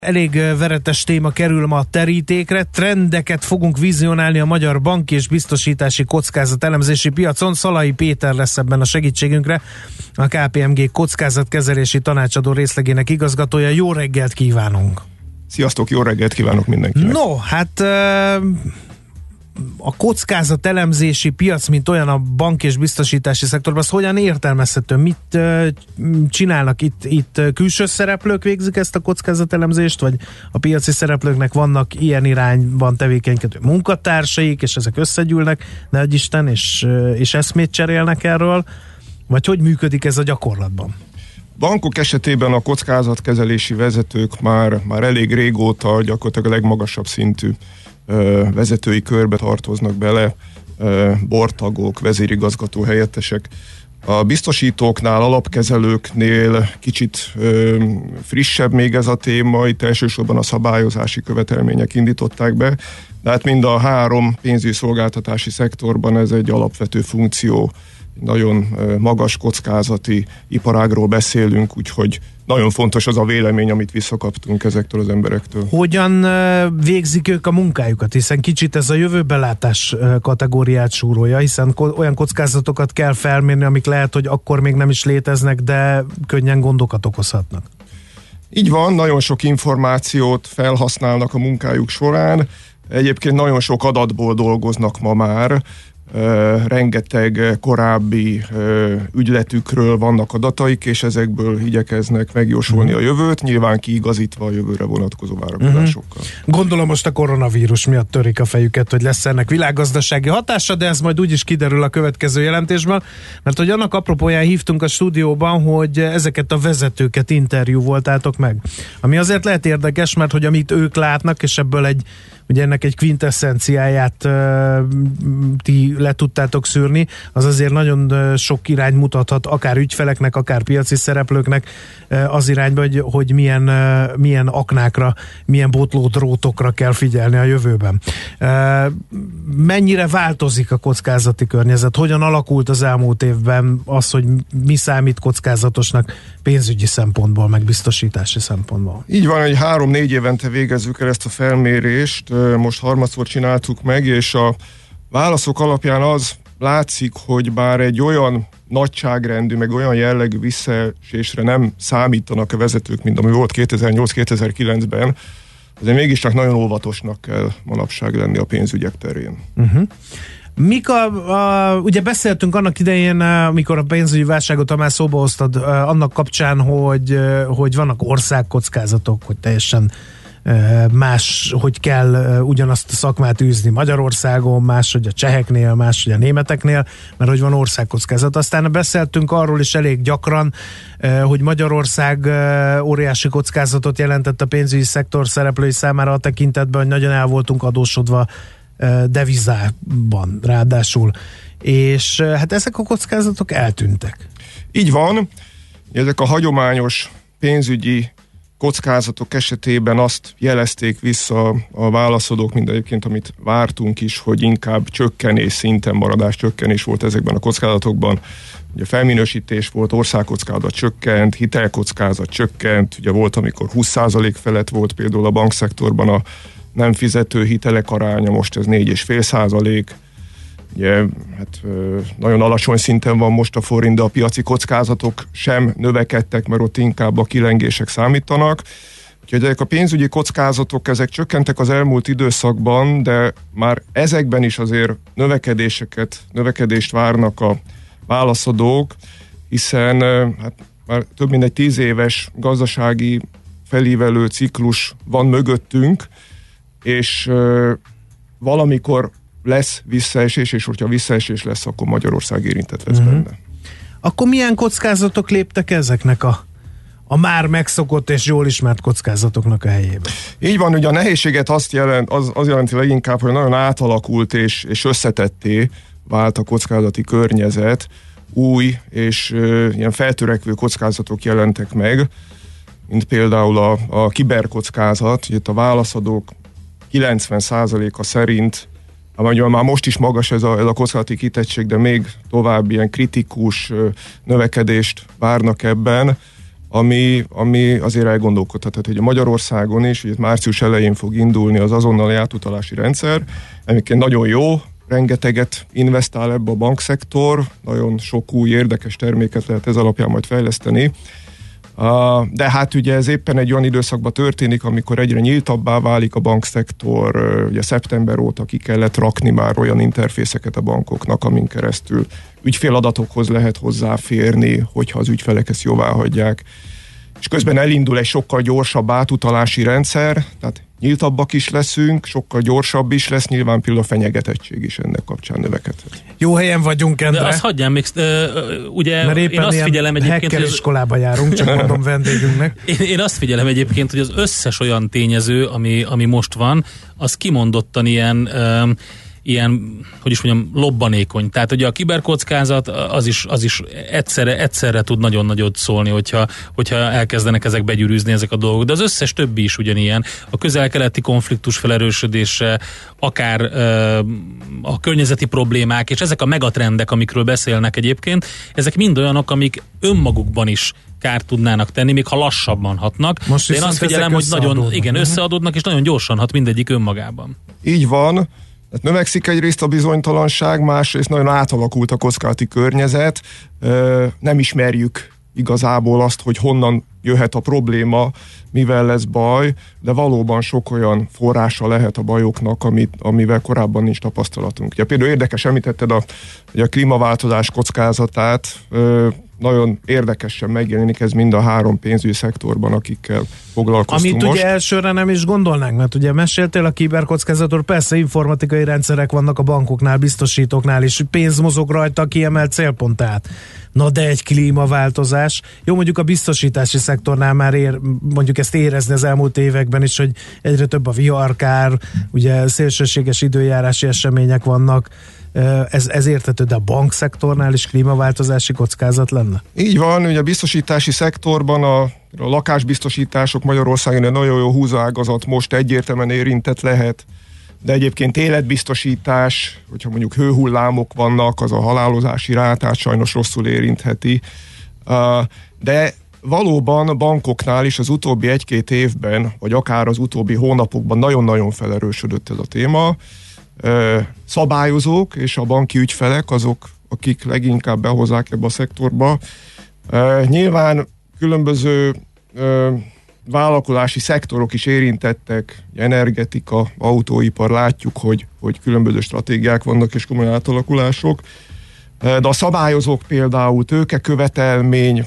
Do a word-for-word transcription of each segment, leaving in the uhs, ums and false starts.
Elég veretes téma kerül ma a terítékre, trendeket fogunk vizionálni a magyar banki és biztosítási kockázat elemzési piacon. Szalai Péter lesz ebben a segítségünkre, a ká pé em gé kockázatkezelési tanácsadó részlegének igazgatója. Jó reggelt kívánunk! Sziasztok, jó reggelt kívánok mindenkinek! No, hát a kockázat elemzési piac, mint olyan a bank és biztosítási szektorban, az hogyan értelmezhető? Mit csinálnak itt? Itt külső szereplők végzik ezt a kockázatelemzést, vagy a piaci szereplőknek vannak ilyen irányban tevékenykedő munkatársaik, és ezek összegyűlnek, nehogy Isten, és, és eszmét cserélnek erről? Vagy hogy működik ez a gyakorlatban? Bankok esetében a kockázatkezelési vezetők már, már elég régóta gyakorlatilag a legmagasabb szintű vezetői körbe tartoznak bele, bortagok, vezérigazgató helyettesek. A biztosítóknál, alapkezelőknél kicsit frissebb még ez a téma, itt elsősorban a szabályozási követelmények indították be, de hát mind a három pénzügyi szolgáltatási szektorban ez egy alapvető funkció. Nagyon magas kockázati iparágról beszélünk, úgyhogy nagyon fontos az a vélemény, amit visszakaptunk ezektől az emberektől. Hogyan végzik ők a munkájukat? Hiszen kicsit ez a jövőbelátás kategóriát súrolja, hiszen olyan kockázatokat kell felmérni, amik lehet, hogy akkor még nem is léteznek, de könnyen gondokat okozhatnak. Így van, nagyon sok információt felhasználnak a munkájuk során. Egyébként nagyon sok adatból dolgoznak ma már. Uh, rengeteg korábbi uh, ügyletükről vannak adataik, és ezekből igyekeznek megjósolni uh-huh. a jövőt, nyilván kiigazítva a jövőre vonatkozó várakozásokkal. Uh-huh. Gondolom most a koronavírus miatt törik a fejüket, hogy lesz ennek világgazdasági hatása, de ez majd úgyis kiderül a következő jelentésben, mert hogy annak apropóján hívtunk a stúdióban, hogy ezeket a vezetőket interjú voltátok meg. Ami azért lehet érdekes, mert hogy amit ők látnak, és ebből egy ugye ennek egy quintesszenciáját uh, ti le tudtátok szűrni, az azért nagyon uh, sok irány mutathat, akár ügyfeleknek, akár piaci szereplőknek uh, az irányba, hogy, hogy milyen, uh, milyen aknákra, milyen botlódrótokra kell figyelni a jövőben. Uh, mennyire változik a kockázati környezet? Hogyan alakult az elmúlt évben az, hogy mi számít kockázatosnak pénzügyi szempontból, meg biztosítási szempontból? Így van, hogy három-négy évente végezzük el ezt a felmérést, most harmadszor csináltuk meg, és a válaszok alapján az látszik, hogy bár egy olyan nagyságrendű, meg olyan jellegű visszaesésre nem számítanak a vezetők, mint ami volt kétezer-nyolc-kétezer-kilencben, azért mégiscsak nagyon óvatosnak kell manapság lenni a pénzügyek terén. Uh-huh. Mik a, a, ugye beszéltünk annak idején, amikor a pénzügyi válságot már szóba hoztad, annak kapcsán, hogy, hogy vannak országkockázatok, hogy teljesen más, hogy kell ugyanazt a szakmát űzni Magyarországon, más, hogy a cseheknél, más, hogy a németeknél, mert hogy van országkockázat. Aztán beszéltünk arról is elég gyakran, hogy Magyarország óriási kockázatot jelentett a pénzügyi szektor szereplői számára a tekintetben, hogy nagyon el voltunk adósodva devizában ráadásul. És hát ezek a kockázatok eltűntek. Így van. Ezek a hagyományos pénzügyi kockázatok esetében azt jelezték vissza a válaszadók, mint egyébként, amit vártunk is, hogy inkább csökkenés, szinten maradás, csökkenés volt ezekben a kockázatokban. Ugye felminősítés volt, országkockázat csökkent, hitelkockázat csökkent, ugye volt, amikor húsz százalék felett volt például a bankszektorban a nem fizető hitelek aránya, most ez négy egész öt százalék. Ugye, hát nagyon alacsony szinten van most a forint, de a piaci kockázatok sem növekedtek, mert ott inkább a kilengések számítanak. Úgyhogy ezek a pénzügyi kockázatok, ezek csökkentek az elmúlt időszakban, de már ezekben is azért növekedéseket, növekedést várnak a válaszadók, hiszen hát már több mint egy tíz éves gazdasági felívelő ciklus van mögöttünk, és uh, valamikor lesz visszaesés, és hogyha visszaesés lesz, akkor Magyarország érintett lesz uh-huh. benne. Akkor milyen kockázatok léptek ezeknek a, a már megszokott és jól ismert kockázatoknak a helyébe? Így van, ugye a nehézséget azt jelent, az, az jelenti leginkább, hogy nagyon átalakult és, és összetetté vált a kockázati környezet, új és uh, ilyen feltörekvő kockázatok jelentek meg, mint például a, a kiberkockázat. Itt a válaszadók kilencven százaléka szerint, mondjuk már most is magas ez a, ez a kockázati kitettség, de még tovább ilyen kritikus növekedést várnak ebben. ami, ami azért elgondolkodhat, hogy a Magyarországon is, ugye március elején fog indulni az azonnali átutalási rendszer, amiket nagyon jó, rengeteget investál ebbe a bankszektor, nagyon sok új érdekes terméket lehet ez alapján majd fejleszteni. De hát ugye ez éppen egy olyan időszakban történik, amikor egyre nyíltabbá válik a bankszektor, ugye szeptember óta ki kellett rakni már olyan interfészeket a bankoknak, amin keresztül ügyféladatokhoz lehet hozzáférni, hogyha az ügyfelek ezt jóvá hagyják. És közben elindul egy sokkal gyorsabb átutalási rendszer, tehát nyíltabbak is leszünk, sokkal gyorsabb is lesz, nyilván például a fenyegetettség is ennek kapcsán növekedhet. Jó helyen vagyunk, Endre. De azt hagyjám még, uh, ugye én azt figyelem egyébként, hogy... iskolába járunk, csak mondom vendégünknek. Én, én azt figyelem egyébként, hogy az összes olyan tényező, ami, ami most van, az kimondottan ilyen... Um, ilyen, hogy is mondjam, lobbanékony. Tehát ugye a kiberkockázat az is, az is egyszerre, egyszerre tud nagyon nagyot szólni, hogyha, hogyha elkezdenek ezek begyűrűzni ezek a dolgok. De az összes többi is ugyanilyen. A közel-keleti konfliktus felerősödése, akár ö, a környezeti problémák, és ezek a megatrendek, amikről beszélnek egyébként, ezek mind olyanok, amik önmagukban is kárt tudnának tenni, még ha lassabban hatnak. Most de én azt figyelem, hogy nagyon, igen, összeadódnak, és nagyon gyorsan hat mindegyik önmagában. Így van. Tehát növekszik egyrészt a bizonytalanság, másrészt nagyon átalakult a kockázati környezet, nem ismerjük igazából azt, hogy honnan jöhet a probléma, mivel lesz baj, de valóban sok olyan forrása lehet a bajoknak, amit, amivel korábban nincs tapasztalatunk. Ja, például érdekes, említetted a, a klímaváltozás kockázatát, nagyon érdekesen megjelenik ez mind a három pénzügyi szektorban, akikkel foglalkoztunk Amit most. ugye elsőre nem is gondolnánk, mert ugye meséltél a kiberkockázatról, persze informatikai rendszerek vannak a bankoknál, biztosítóknál is, pénz mozog rajta, kiemelt célpontát. Na de egy klímaváltozás, jó, mondjuk a biztosítási szektornál már ér, mondjuk ezt érezni az elmúlt években is, hogy egyre több a viharkár, ugye szélsőséges időjárási események vannak, Ez, ez érthető, de a bankszektornál is klímaváltozási kockázat lenne? Így van, ugye a biztosítási szektorban a, a lakásbiztosítások Magyarországon egy nagyon jó húzágazat, most egyértelműen érintett lehet, de egyébként életbiztosítás, hogyha mondjuk hőhullámok vannak, az a halálozási rátát sajnos rosszul érintheti. De valóban a bankoknál is az utóbbi egy-két évben, vagy akár az utóbbi hónapokban nagyon-nagyon felerősödött ez a téma. Szabályozók és a banki ügyfelek azok, akik leginkább behozzák ebbe a szektorba. Nyilván különböző vállalkozási szektorok is érintettek, energetika, autóipar, látjuk, hogy, hogy különböző stratégiák vannak és komoly átalakulások. De a szabályozók például tőkekövetelmény,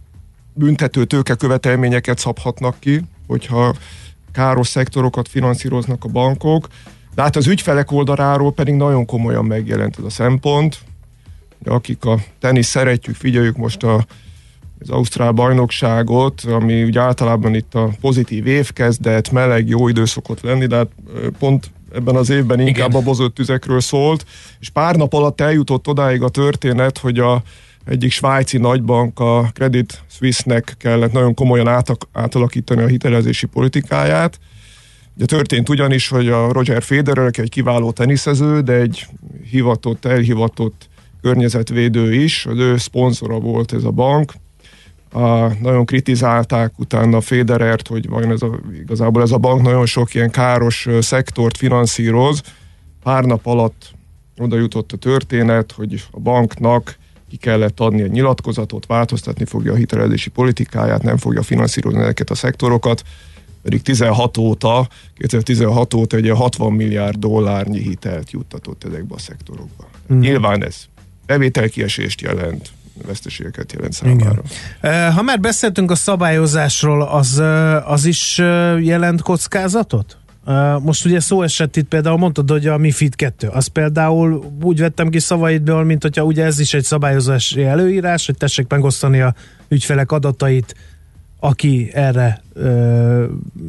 büntető tőkekövetelményeket szabhatnak ki, hogyha káros szektorokat finanszíroznak a bankok. De hát az ügyfelek oldaláról pedig nagyon komolyan megjelent ez a szempont. De akik a tenisz szeretjük, figyeljük most a, az ausztrál bajnokságot, ami ugye általában itt a pozitív évkezdet, meleg, jó idő szokott lenni, de hát pont ebben az évben inkább Igen. a bozott tüzekről szólt, és pár nap alatt eljutott odáig a történet, hogy a egyik svájci nagybank, a Credit Suisse-nek kellett nagyon komolyan át, átalakítani a hitelezési politikáját. Ugye történt ugyanis, hogy a Roger Federer, aki egy kiváló teniszező, de egy hivatott, elhivatott környezetvédő is, az ő szponzora volt ez a bank. A, nagyon kritizálták utána Federert, hogy vajon ez a, igazából ez a bank nagyon sok ilyen káros szektort finanszíroz. Pár nap alatt oda jutott a történet, hogy a banknak ki kellett adni egy nyilatkozatot, változtatni fogja a hitelezési politikáját, nem fogja finanszírozni ezeket a szektorokat, pedig tizenhat óta, kétezer-tizenhat óta egy hatvan milliárd dollárnyi hitelt juttatott ezekbe a szektorokba. Mm. Nyilván ez bevételkiesést jelent, veszteségeket jelent számára. Igen. Ha már beszéltünk a szabályozásról, az, az is jelent kockázatot? Most ugye szó esett itt, például mondtad, hogy a MiFID kettő, az például úgy vettem ki szavaidból, mint hogyha ugye ez is egy szabályozási előírás, hogy tessék megosztani a ügyfelek adatait, aki erre ö,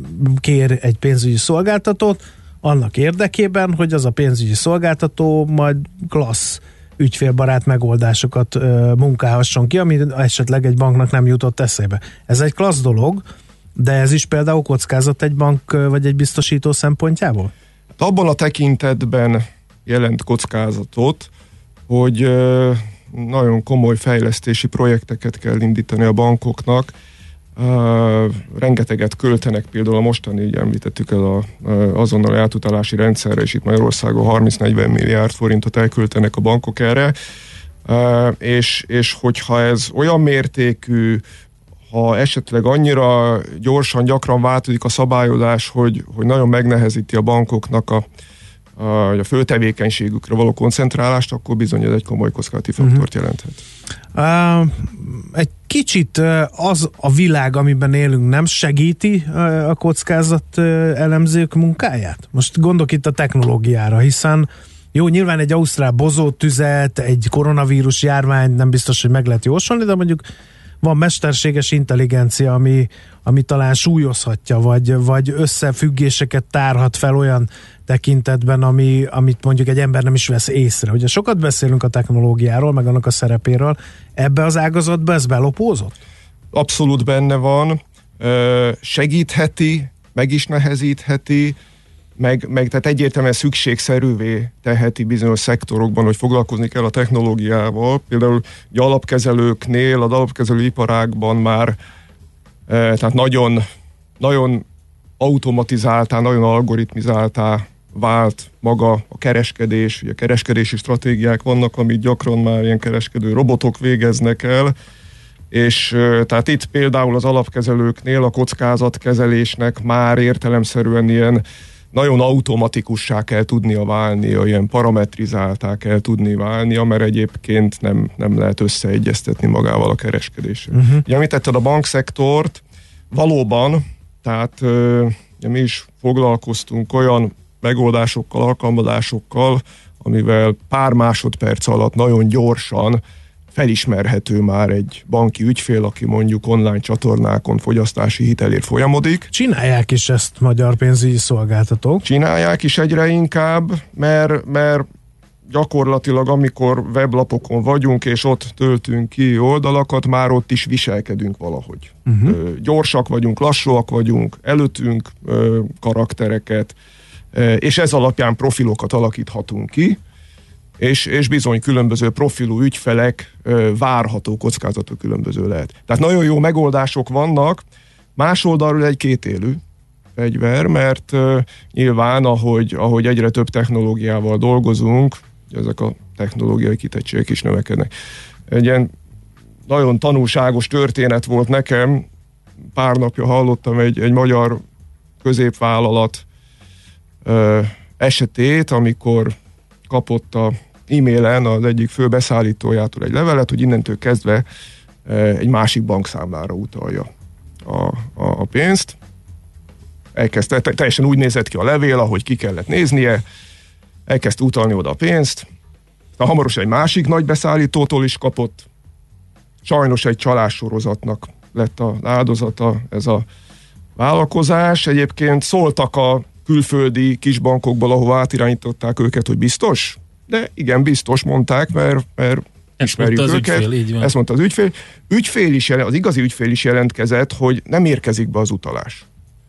kér egy pénzügyi szolgáltatót, annak érdekében, hogy az a pénzügyi szolgáltató majd klassz ügyfélbarát megoldásokat ö, munkálhasson ki, ami esetleg egy banknak nem jutott eszébe. Ez egy klassz dolog, de ez is például kockázat egy bank vagy egy biztosító szempontjából? Hát abban a tekintetben jelent kockázatot, hogy ö, nagyon komoly fejlesztési projekteket kell indítani a bankoknak, Uh, rengeteget költenek, például a mostani, így említettük el a, uh, azonnal eltutalási rendszerre, és itt Magyarországon harminc-negyven milliárd forintot elköltenek a bankok erre, uh, és, és hogyha ez olyan mértékű, ha esetleg annyira gyorsan, gyakran változik a szabályozás, hogy, hogy nagyon megnehezíti a bankoknak a, a, a fő tevékenységükre való koncentrálást, akkor bizony ez egy komoly kockázati faktort jelenthet. Uh, egy kicsit az a világ, amiben élünk, nem segíti a kockázat elemzők munkáját? Most gondolok itt a technológiára, hiszen jó, nyilván egy ausztrál bozótüzet, egy koronavírus járvány nem biztos, hogy meg lehet jósolni, de mondjuk van mesterséges intelligencia, ami, ami talán súlyozhatja, vagy, vagy összefüggéseket tárhat fel olyan tekintetben, ami, amit mondjuk egy ember nem is vesz észre. Ugye sokat beszélünk a technológiáról, meg annak a szerepéről. Ebbe az ágazatba ez belopózott? Abszolút benne van. Segítheti, meg is nehezítheti, meg, meg tehát egyértelműen szükségszerűvé teheti bizonyos szektorokban, hogy foglalkozni kell a technológiával. Például egy alapkezelőknél, az alapkezelő iparágban már tehát nagyon, nagyon automatizáltá, nagyon algoritmizáltá vált maga a kereskedés, ugye kereskedési stratégiák vannak, amit gyakran már ilyen kereskedő robotok végeznek el, és tehát itt például az alapkezelőknél a kockázatkezelésnek már értelemszerűen ilyen nagyon automatikussá kell tudnia válnia, ilyen parametrizáltá kell tudni válnia, mert egyébként nem, nem lehet összeegyeztetni magával a kereskedéssel. Uh-huh. Ugye említetted a bankszektort, valóban, tehát ugye mi is foglalkoztunk olyan megoldásokkal, alkalmazásokkal, amivel pár másodperc alatt nagyon gyorsan felismerhető már egy banki ügyfél, aki mondjuk online csatornákon fogyasztási hitelért folyamodik. Csinálják is ezt magyar pénzügyi szolgáltatók? Csinálják is egyre inkább, mert, mert gyakorlatilag amikor weblapokon vagyunk, és ott töltünk ki oldalakat, már ott is viselkedünk valahogy. Uh-huh. Gyorsak vagyunk, lassúak vagyunk, előttünk karaktereket, és ez alapján profilokat alakíthatunk ki, és, és bizony különböző profilú ügyfelek várható kockázatok különböző lehet. Tehát nagyon jó megoldások vannak, más oldalról egy kétélű fegyver, mert nyilván, ahogy, ahogy egyre több technológiával dolgozunk, ezek a technológiai kitettségek is növekednek. Egy ilyen nagyon tanulságos történet volt nekem, pár napja hallottam egy, egy magyar középvállalat ö, esetét, amikor kapott a e-mailen az egyik fő beszállítójától egy levelet, hogy innentől kezdve ö, egy másik bankszámlára utalja a, a, a pénzt. Elkezdte, teljesen úgy nézett ki a levél, ahogy ki kellett néznie, elkezdte utalni oda a pénzt, de hamarosan egy másik nagy beszállítótól is kapott, sajnos egy csalássorozatnak lett az áldozata ez a vállalkozás. Egyébként szóltak a külföldi kisbankokból, ahova átirányították őket, hogy biztos, de igen, biztos mondták, mert, mert ismerjük az őket. Ügyfél, így van. Ezt mondta az ügyfél. Ügyfél is, az igazi ügyfél is jelentkezett, hogy nem érkezik be az utalás.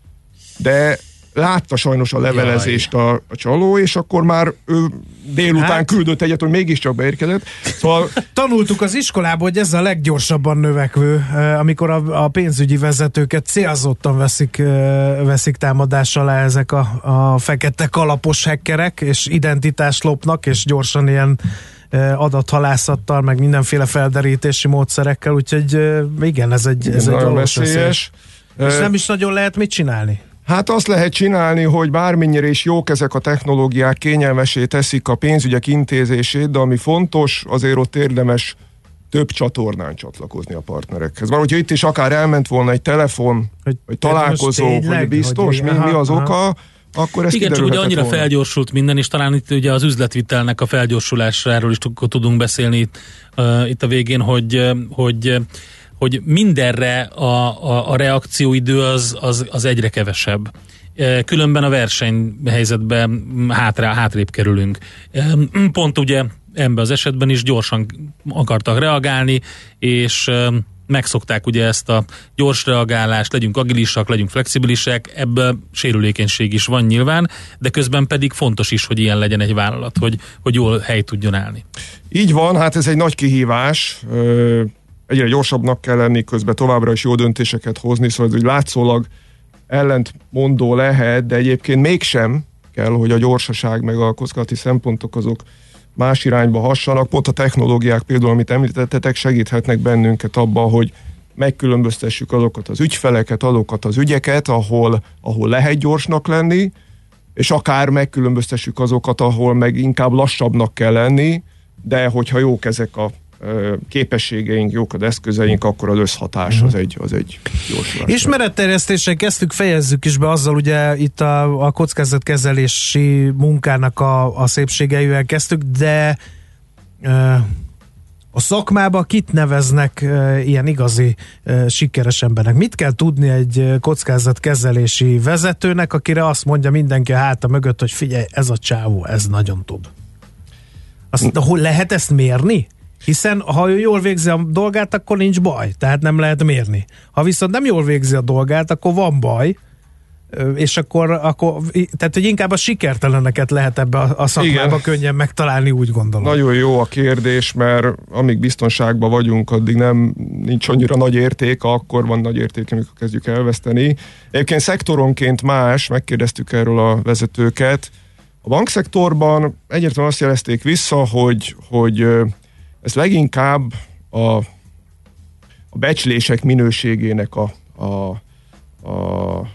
De látta sajnos a levelezést a, a csaló, és akkor már ő délután hát, küldött egyet, hogy mégiscsak beérkezett. Szóval... Tanultuk az iskolában, hogy ez a leggyorsabban növekvő, amikor a, a pénzügyi vezetőket célzottan veszik, veszik támadás alá ezek a, a fekete kalapos hackerek, és identitást lopnak, és gyorsan ilyen adathalászattal, meg mindenféle felderítési módszerekkel, úgyhogy igen, ez egy, ez egy valós veszélyes. És nem is nagyon lehet mit csinálni? Hát azt lehet csinálni, hogy bármennyire is jók ezek a technológiák, kényelmesé teszik a pénzügyek intézését, de ami fontos, azért ott érdemes több csatornán csatlakozni a partnerekhez. Már hogyha itt is akár elment volna egy telefon, hogy vagy találkozó, tényleg, hogy biztos, hogy mi, aha, mi az aha. oka, akkor ez igen, csak ugye annyira volna. Felgyorsult minden, és talán itt ugye az üzletvitelnek a felgyorsulásáról is tudunk beszélni uh, itt a végén, hogy, hogy hogy mindenre a, a, a reakcióidő az, az, az egyre kevesebb. Különben a versenyhelyzetben hátra, hátrébb kerülünk. Pont ugye ebben az esetben is gyorsan akartak reagálni, és megszokták ugye ezt a gyors reagálást, legyünk agilisak, legyünk flexibilisek, ebből sérülékenység is van nyilván, de közben pedig fontos is, hogy ilyen legyen egy vállalat, hogy, hogy jól hely tudjon állni. Így van, hát ez egy nagy kihívás. egyre gyorsabbnak kell lenni, közben továbbra is jó döntéseket hozni, szóval ez úgy látszólag ellentmondó lehet, de egyébként mégsem kell, hogy a gyorsaság meg a kockázati szempontok azok más irányba hassanak. Pont a technológiák például, amit említettetek, segíthetnek bennünket abban, hogy megkülönböztessük azokat az ügyfeleket, azokat az ügyeket, ahol, ahol lehet gyorsnak lenni, és akár megkülönböztessük azokat, ahol meg inkább lassabbnak kell lenni, de hogyha jók ezek a képességeink, jók az eszközeink, akkor az összhatás az egy, az egy gyorsulás. Ismeretterjesztéssel kezdtük, fejezzük is be azzal, ugye itt a, a kockázatkezelési munkának a, a szépségeivel kezdtük, de uh, a szakmába kit neveznek uh, ilyen igazi uh, sikeres embernek? Mit kell tudni egy kockázatkezelési vezetőnek, akire azt mondja mindenki a háta mögött, hogy figyelj, ez a csávó, ez nagyon tud. Azt, hol lehet ezt mérni? Hiszen ha ő jól végzi a dolgát, akkor nincs baj, tehát nem lehet mérni. Ha viszont nem jól végzi a dolgát, akkor van baj, és akkor, akkor tehát hogy inkább a sikerteleneket lehet ebbe a, a szakmába Igen. könnyen megtalálni, úgy gondolom. Nagyon jó a kérdés, mert amíg biztonságban vagyunk, addig nem nincs annyira nagy érték, akkor van nagy érték, amikor kezdjük elveszteni. Egyébként szektoronként más, megkérdeztük erről a vezetőket. A bankszektorban egyértelműen azt jelezték vissza, hogy, hogy ez leginkább a, a becslések minőségének a, a, a, a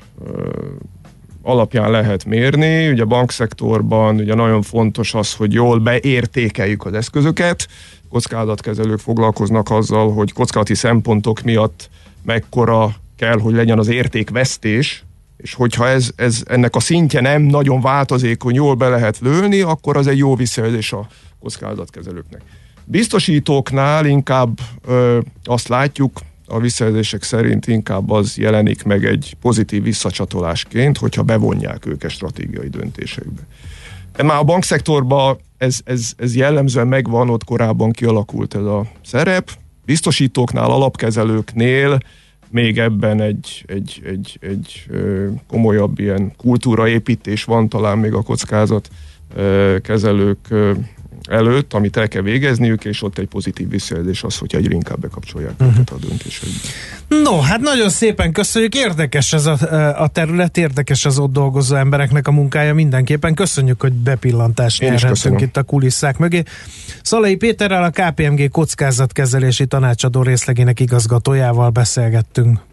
alapján lehet mérni. Ugye a bankszektorban ugye nagyon fontos az, hogy jól beértékeljük az eszközöket. Kockázatkezelők foglalkoznak azzal, hogy kockázati szempontok miatt mekkora kell, hogy legyen az értékvesztés, és hogyha ez, ez ennek a szintje nem nagyon változékony, jól be lehet lőni, akkor az egy jó visszajelzés a kockázatkezelőknek. Biztosítóknál inkább ö, azt látjuk, a visszajelzések szerint inkább az jelenik meg egy pozitív visszacsatolásként, hogyha bevonják őket stratégiai döntésekbe. De már a bankszektorban ez, ez, ez jellemzően megvan, ott korábban kialakult ez a szerep. Biztosítóknál, alapkezelőknél még ebben egy, egy, egy, egy ö, komolyabb ilyen kultúraépítés van talán még a kockázat ö, kezelők ö, előtt, amit el kell végezniük, és ott egy pozitív visszajelzés az, hogy egyre inkább bekapcsolják uh-huh. őket a döntésekbe. No, hát nagyon szépen köszönjük, érdekes ez a, a terület, érdekes az ott dolgozó embereknek a munkája mindenképpen. Köszönjük, hogy bepillantást nyerhetünk itt a kulisszák mögé. Szalai Péterrel, a ká pé em gé kockázatkezelési tanácsadó részlegének igazgatójával beszélgettünk.